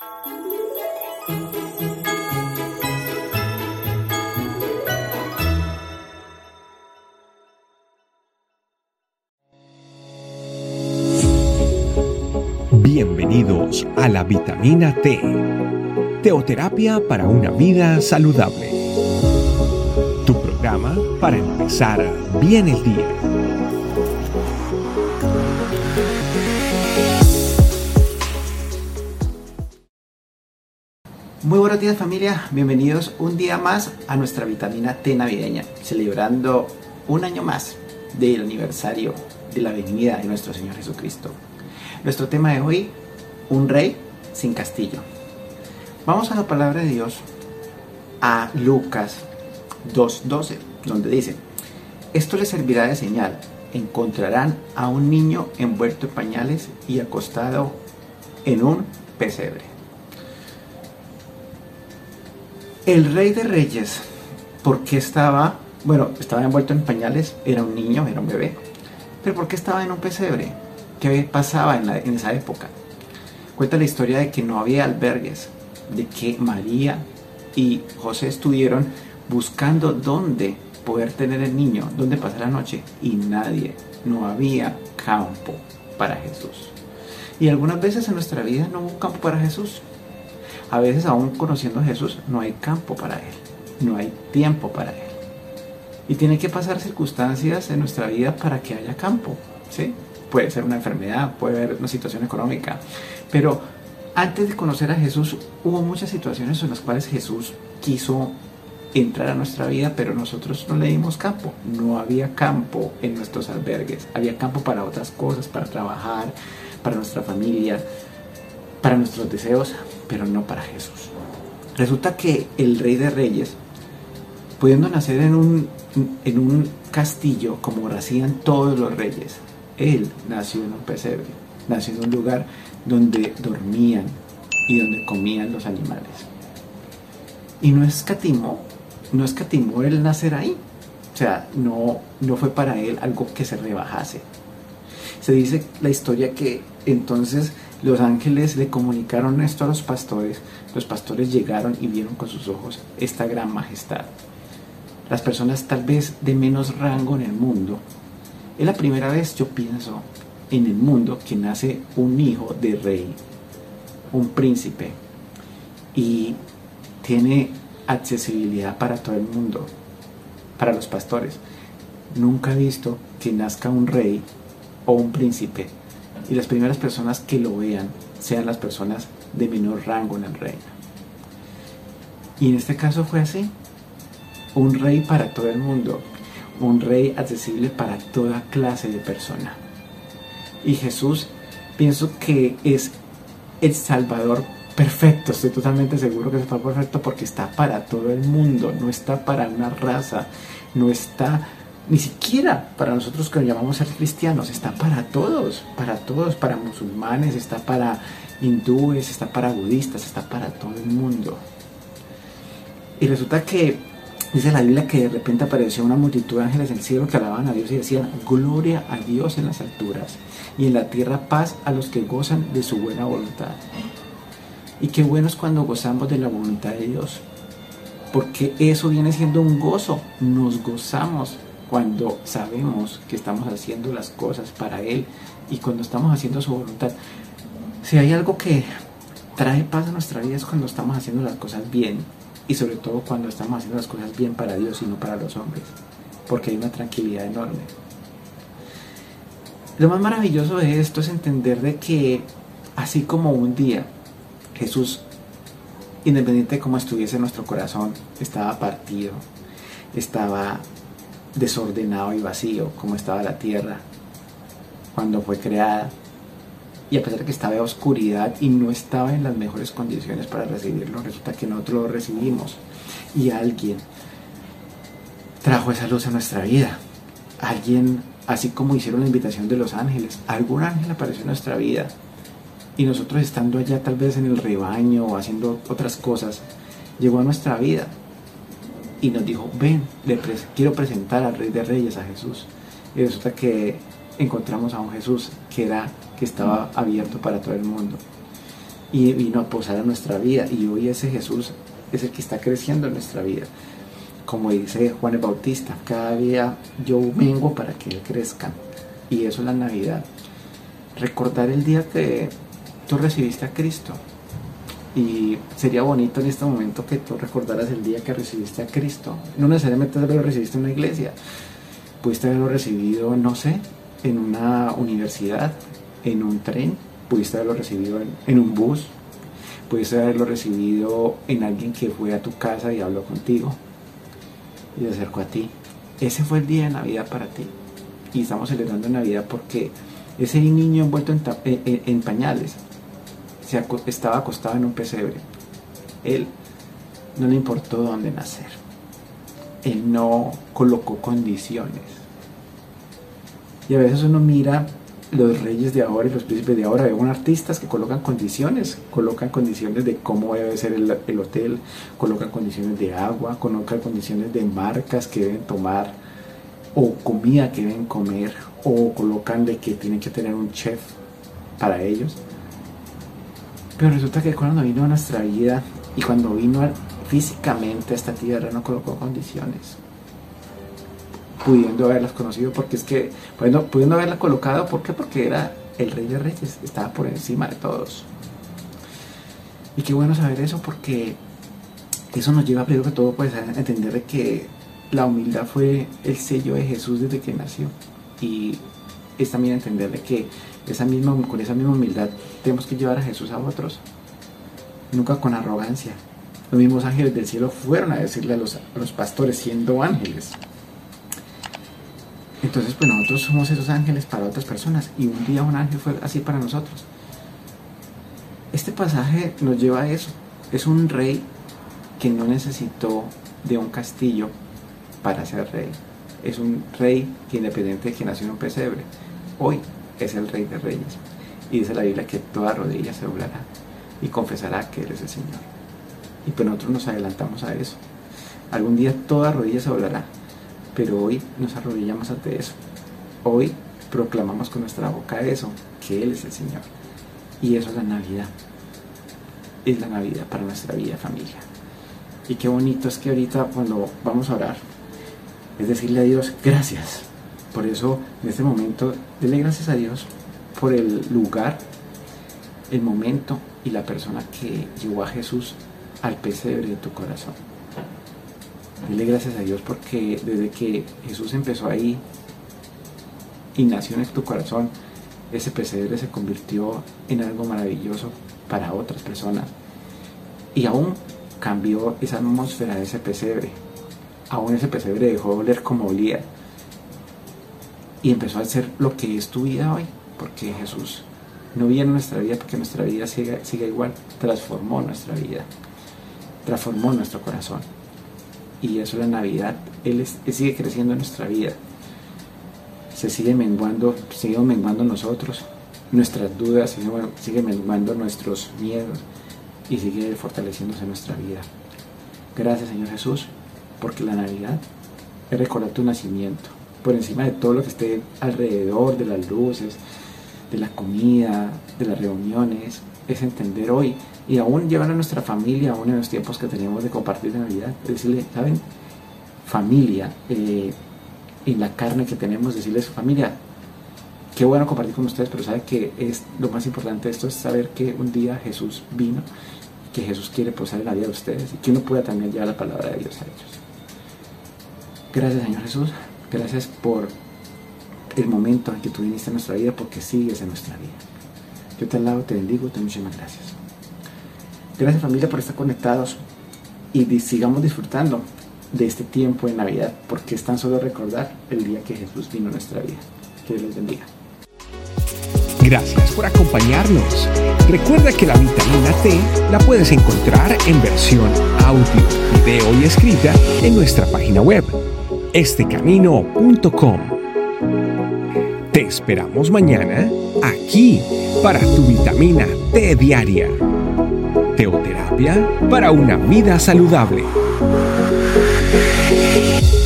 Bienvenidos a la Vitamina T, teoterapia para una vida saludable. Tu programa para empezar bien el día. Muy buenos días, familia, bienvenidos un día más a nuestra Vitamina T navideña, celebrando un año más del aniversario de la venida de nuestro Señor Jesucristo. Nuestro tema de hoy, un rey sin castillo. Vamos a la palabra de Dios, a Lucas 2:12, donde dice: esto les servirá de señal, encontrarán a un niño envuelto en pañales y acostado en un pesebre. El Rey de Reyes, ¿por qué estaba envuelto en pañales? Era un niño, era un bebé. ¿Pero por qué estaba en un pesebre? ¿Qué pasaba en esa época? Cuenta la historia de que no había albergues, de que María y José estuvieron buscando dónde poder tener el niño, dónde pasar la noche, y no había campo para Jesús. Y algunas veces en nuestra vida no hubo campo para Jesús. A veces, aún conociendo a Jesús, no hay campo para Él, no hay tiempo para Él. Y tiene que pasar circunstancias en nuestra vida para que haya campo, ¿sí? Puede ser una enfermedad, puede haber una situación económica. Pero antes de conocer a Jesús, hubo muchas situaciones en las cuales Jesús quiso entrar a nuestra vida, pero nosotros no le dimos campo. No había campo en nuestros albergues. Había campo para otras cosas, para trabajar, para nuestra familia, para nuestros deseos, pero no para Jesús. Resulta que el Rey de Reyes, pudiendo nacer en un castillo como nacían todos los reyes, él nació en un pesebre, nació en un lugar donde dormían y donde comían los animales. Y no escatimó el nacer ahí. O sea, no fue para él algo que se rebajase. Se dice la historia que entonces los ángeles le comunicaron esto a los pastores. Los pastores llegaron y vieron con sus ojos esta gran majestad. Las personas tal vez de menos rango en el mundo, es la primera vez, yo pienso, en el mundo que nace un hijo de rey, un príncipe, y tiene accesibilidad para todo el mundo, para los pastores. Nunca he visto que nazca un rey o un príncipe y las primeras personas que lo vean sean las personas de menor rango en el reino. Y en este caso fue así. Un rey para todo el mundo, un rey accesible para toda clase de persona. Y Jesús, pienso que es el Salvador perfecto. Estoy totalmente seguro que es el Salvador perfecto porque está para todo el mundo, no está para una raza, no está ni siquiera para nosotros que nos llamamos ser cristianos, está para todos, para musulmanes, está para hindúes, está para budistas, está para todo el mundo. Y resulta que dice la Biblia que de repente apareció una multitud de ángeles en el cielo que alababan a Dios y decían: gloria a Dios en las alturas y en la tierra paz a los que gozan de su buena voluntad. Y qué bueno es cuando gozamos de la voluntad de Dios, porque eso viene siendo un gozo. Nos gozamos cuando sabemos que estamos haciendo las cosas para Él y cuando estamos haciendo su voluntad. Si hay algo que trae paz a nuestra vida es cuando estamos haciendo las cosas bien, y sobre todo cuando estamos haciendo las cosas bien para Dios y no para los hombres, porque hay una tranquilidad enorme. Lo más maravilloso de esto es entender de que así como un día Jesús, independiente de cómo estuviese nuestro corazón, estaba partido, estaba desordenado y vacío, como estaba la tierra cuando fue creada, y a pesar de que estaba en oscuridad y no estaba en las mejores condiciones para recibirlo, resulta que nosotros lo recibimos y alguien trajo esa luz a nuestra vida. Alguien, así como hicieron la invitación de los ángeles, algún ángel apareció en nuestra vida y nosotros, estando allá tal vez en el rebaño o haciendo otras cosas, llegó a nuestra vida y nos dijo: ven, quiero presentar al Rey de Reyes, a Jesús. Y resulta que encontramos a un Jesús que estaba abierto para todo el mundo. y vino a posar en nuestra vida, y hoy ese Jesús es el que está creciendo en nuestra vida. Como dice Juan el Bautista, cada día yo vengo para que Él crezca, y eso es la Navidad. Recordar el día que tú recibiste a Cristo, y sería bonito en este momento que tú recordaras el día que recibiste a Cristo. No necesariamente lo recibiste en una iglesia, pudiste haberlo recibido, no sé, en una universidad, en un tren, pudiste haberlo recibido en un bus, pudiste haberlo recibido en alguien que fue a tu casa y habló contigo y se acercó a ti. Ese fue el día de Navidad para ti, y estamos celebrando Navidad porque ese niño envuelto en pañales estaba acostado en un pesebre. Él no le importó dónde nacer, Él no colocó condiciones. Y a veces uno mira los reyes de ahora y los príncipes de ahora, veo artistas que colocan condiciones de cómo debe ser el hotel, colocan condiciones de agua, colocan condiciones de marcas que deben tomar, o comida que deben comer, o colocan de que tienen que tener un chef para ellos. Pero resulta que cuando vino a nuestra vida y cuando vino físicamente a esta tierra, no colocó condiciones, pudiendo haberlas conocido, porque es que pudiendo haberla colocado, ¿por qué? Porque era el Rey de Reyes, estaba por encima de todos. Y qué bueno saber eso, porque eso nos lleva primero que todo pues a entender que la humildad fue el sello de Jesús desde que nació, y es también entender que con esa misma humildad tenemos que llevar a Jesús a otros, nunca con arrogancia. Los mismos ángeles del cielo fueron a decirle a los pastores, siendo ángeles. Entonces pues nosotros somos esos ángeles para otras personas, y un día un ángel fue así para nosotros. Este pasaje nos lleva a eso. Es un rey que no necesitó de un castillo para ser rey. Es un rey que, independiente de que nació en un pesebre, hoy es el Rey de Reyes, y dice la Biblia que toda rodilla se doblará y confesará que Él es el Señor. Y pues nosotros nos adelantamos a eso. Algún día toda rodilla se doblará, pero hoy nos arrodillamos ante eso. Hoy proclamamos con nuestra boca eso, que Él es el Señor. Y eso es la Navidad. Es la Navidad para nuestra vida, familia. Y qué bonito es que ahorita cuando vamos a orar, es decirle a Dios gracias. Por eso en este momento, dele gracias a Dios por el lugar, el momento y la persona que llevó a Jesús al pesebre de tu corazón. Dile gracias a Dios porque desde que Jesús empezó ahí y nació en tu corazón, ese pesebre se convirtió en algo maravilloso para otras personas, y aún cambió esa atmósfera de ese pesebre. Aún ese pesebre dejó de oler como olía y empezó a ser lo que es tu vida hoy, porque Jesús no viene en nuestra vida porque nuestra vida siga igual. Transformó nuestra vida, transformó nuestro corazón, y eso es la Navidad. Él sigue creciendo en nuestra vida, seguimos menguando nosotros, nuestras dudas, sigue menguando nuestros miedos, y sigue fortaleciéndose en nuestra vida. Gracias, Señor Jesús, porque la Navidad es recordar tu nacimiento, por encima de todo lo que esté alrededor, de las luces, de la comida, de las reuniones. Es entender hoy, y aún llevar a nuestra familia, aún en los tiempos que tenemos de compartir la Navidad, es decirle, ¿saben? Familia, en la carne que tenemos, decirles, familia, qué bueno compartir con ustedes, pero sabe que es lo más importante de esto, es saber que un día Jesús vino, que Jesús quiere posar en la vida de ustedes, y que uno pueda también llevar la palabra de Dios a ellos. Gracias, Señor Jesús, gracias por el momento en que tú viniste a nuestra vida, porque sigues en nuestra vida. Yo te alabo, te bendigo, te doy muchísimas gracias. Gracias, familia, por estar conectados, y sigamos disfrutando de este tiempo de Navidad, porque es tan solo recordar el día que Jesús vino a nuestra vida. Que Dios les bendiga. Gracias por acompañarnos. Recuerda que la vitamina T la puedes encontrar en versión audio, video y escrita en nuestra página web, estecamino.com. Te esperamos mañana aquí para tu vitamina T diaria. Teoterapia para una vida saludable.